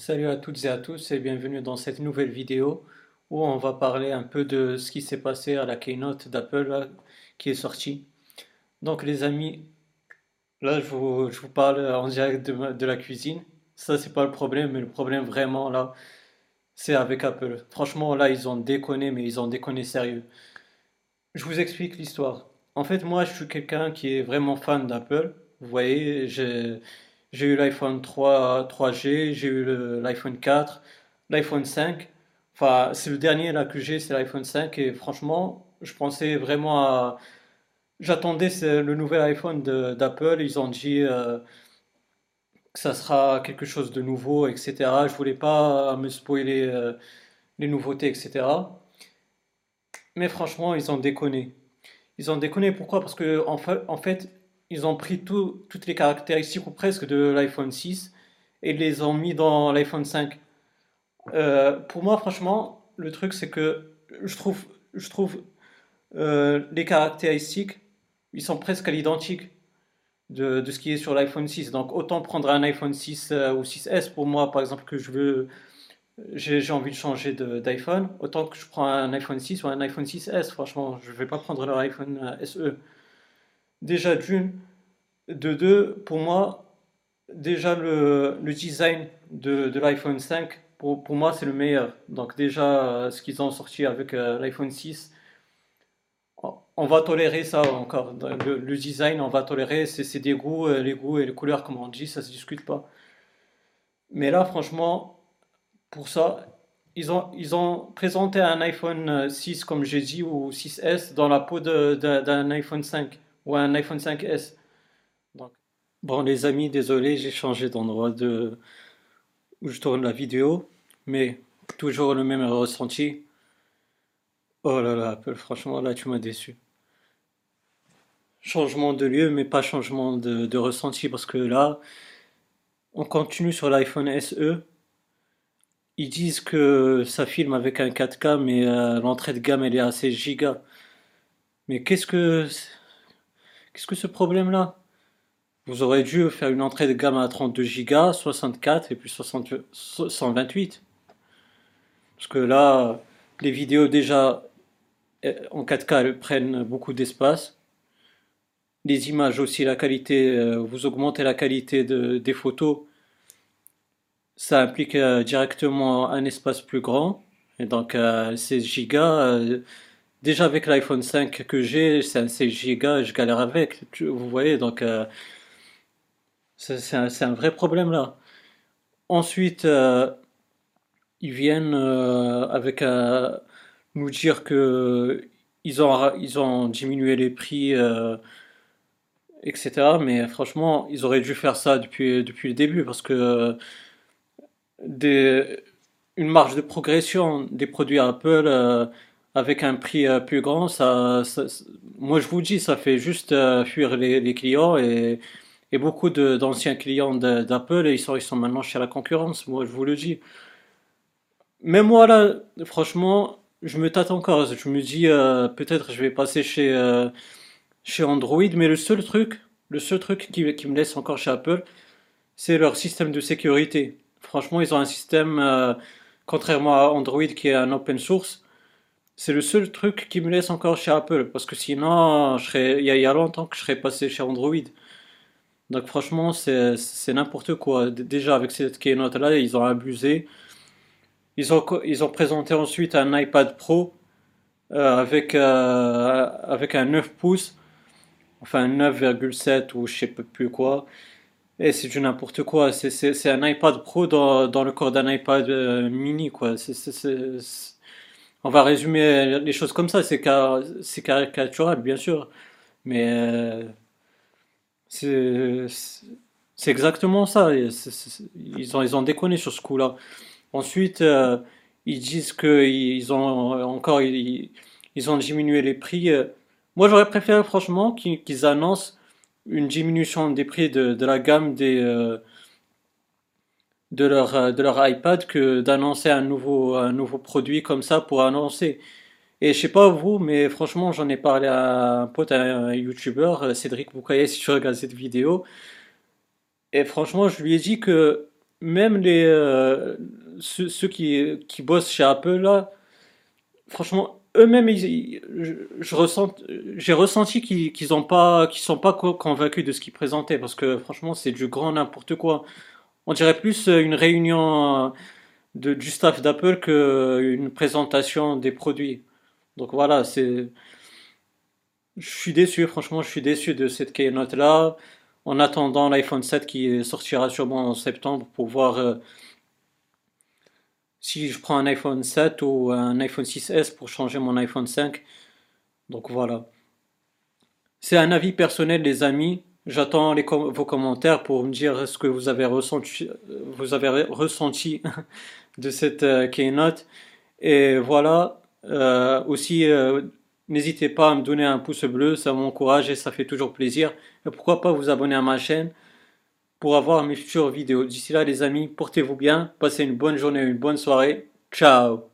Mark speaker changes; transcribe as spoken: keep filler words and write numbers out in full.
Speaker 1: Salut à toutes et à tous et bienvenue dans cette nouvelle vidéo où on va parler un peu de ce qui s'est passé à la keynote d'Apple là, qui est sortie. Donc les amis, là je vous, je vous parle en direct de, ma- de la cuisine. Ça c'est pas le problème, mais le problème vraiment là, c'est avec Apple. Franchement là ils ont déconné, mais ils ont déconné sérieux. Je vous explique l'histoire. En fait moi je suis quelqu'un qui est vraiment fan d'Apple. Vous voyez, j'ai j'ai eu l'iPhone trois, trois G, j'ai eu le- l'iPhone quatre, l'iPhone cinq. Enfin, c'est le dernier là que j'ai, c'est l'iPhone cinq. Et franchement, je pensais vraiment à. J'attendais c'est le nouvel iPhone de- d'Apple. Ils ont dit euh, que ça sera quelque chose de nouveau, et cetera. Je voulais pas me spoiler euh, les nouveautés, et cetera. Mais franchement, ils ont déconné. Ils ont déconné, pourquoi? Parce que en fait, en fait, ils ont pris tout- toutes les caractéristiques ou presque de l'iPhone six et les ont mis dans l'iPhone cinq. Euh, pour moi, franchement, le truc, c'est que je trouve, je trouve euh, les caractéristiques, ils sont presque à l'identique de, de ce qui est sur l'iPhone six. Donc, autant prendre un iPhone six euh, ou six S pour moi, par exemple, que je veux, j'ai j'ai envie de changer de- d'iPhone, autant que je prends un iPhone six ou un iPhone six S. Franchement, je vais pas prendre leur iPhone euh, S E. Déjà, d'une, de deux, pour moi, déjà le, le design de, de l'iPhone cinq, pour, pour moi, c'est le meilleur. Donc déjà, euh, ce qu'ils ont sorti avec euh, l'iPhone six, on on va tolérer ça encore. Le, le design, on va tolérer, c'est c'est des goûts, euh, les goûts et les couleurs, comme on dit, ça se discute pas. Mais là, franchement, pour ça, ils ont, ils ont présenté un iPhone six, comme j'ai dit, ou six S dans la peau de- de- d'un iPhone cinq ou un iPhone cinq S. Donc, bon, les amis, désolé, j'ai changé d'endroit de où je tourne la vidéo, mais toujours le même ressenti. Oh là là, Apple, franchement, là, tu m'as déçu. Changement de lieu, mais pas changement de, de ressenti, parce que là, on continue sur l'iPhone S E. Ils disent que ça filme avec un quatre K, mais euh, l'entrée de gamme, elle est à seize gigas. Mais qu'est-ce que, qu'est-ce que ce problème-là? Vous aurez dû faire une entrée de gamme à trente-deux gigas, soixante-quatre et puis soixante, cent vingt-huit. Parce que là, les vidéos déjà euh, en quatre K, elles prennent beaucoup d'espace. Les images aussi, la qualité, euh, vous augmentez la qualité de- des photos, ça implique euh, directement un espace plus grand. Et donc, euh, seize gigas, euh, déjà avec l'iPhone cinq que j'ai, c'est un seize gigas, je galère avec, tu- vous voyez, donc euh, c'est c'est un, c'est un vrai problème là. Ensuite, euh, ils viennent euh, avec un- nous dire que ils ont, ra- ils ont diminué les prix, euh, et cetera. Mais franchement, ils auraient dû faire ça depuis, depuis le début parce que euh, des, une marge de progression des produits Apple euh, avec un prix euh, plus grand, ça, ça- moi je vous dis, ça fait juste euh, fuir les, les clients et, et beaucoup de- d'anciens clients de- d'Apple, ils sont, ils sont maintenant chez la concurrence, moi je vous le dis. Même moi là, franchement, je me tâte encore. Je me dis euh, peut-être je vais passer chez, euh, chez Android, mais le seul truc, le seul truc qui, qui me laisse encore chez Apple, c'est leur système de sécurité. Franchement, ils ont un système, euh, contrairement à Android qui est un open source, c'est le seul truc qui me laisse encore chez Apple. Parce que sinon, je serais, il y a, il y a longtemps que je serais passé chez Android. Donc franchement, c'est c'est n'importe quoi. D- Déjà, avec cette keynote-là, ils ont abusé. Ils ont, co- ils ont présenté ensuite un iPad Pro euh, avec, euh, avec un neuf pouces, enfin neuf virgule sept ou je sais plus quoi. Et c'est du n'importe quoi. C'est c'est- c'est un iPad Pro dans, dans le corps d'un iPad euh, mini, quoi. C'est, c'est- c'est- c'est- On va résumer les choses comme ça. C'est car- c'est caricatural, bien sûr. Mais euh, c'est c'est- c'est exactement ça. Et c'est- c'est- Ils ont, ils ont déconné sur ce coup-là. Ensuite, euh, ils disent qu'ils ont encore ils, ils ont diminué les prix. Euh, Moi, j'aurais préféré franchement qu'ils qu'ils annoncent une diminution des prix de, de la gamme des, euh, de leur, euh, de leur iPad que d'annoncer un nouveau, un nouveau produit comme ça pour annoncer. Et je sais pas vous, mais franchement, j'en ai parlé à un pote, à un YouTuber, euh, Cédric Boucaillé, si tu regardes cette vidéo. Et franchement, je lui ai dit que même les euh, ceux, ceux qui, qui bossent chez Apple là, franchement, eux-mêmes, ils- ils- je, je ressens, j'ai ressenti qu'ils qu'ils ont pas, qu'ils sont pas co- convaincus de ce qu'ils présentaient, parce que franchement, c'est du grand n'importe quoi. On dirait plus euh, une réunion euh, de, du staff d'Apple qu'une présentation des produits. Donc voilà, c'est, je suis déçu, franchement, je suis déçu de cette keynote-là. En attendant l'iPhone sept qui sortira sûrement en septembre pour voir euh, si je prends un iPhone sept ou un iPhone six S pour changer mon iPhone cinq. Donc voilà. C'est un avis personnel, les amis. J'attends les com- vos commentaires pour me dire ce que vous avez ressenti, vous avez ressenti de cette euh, keynote. Et voilà. Euh, aussi, euh, n'hésitez pas à me donner un pouce bleu, ça m'encourage et ça fait toujours plaisir. Et pourquoi pas vous abonner à ma chaîne pour avoir mes futures vidéos. D'ici là, les amis, portez-vous bien, passez une bonne journée, une bonne soirée. Ciao!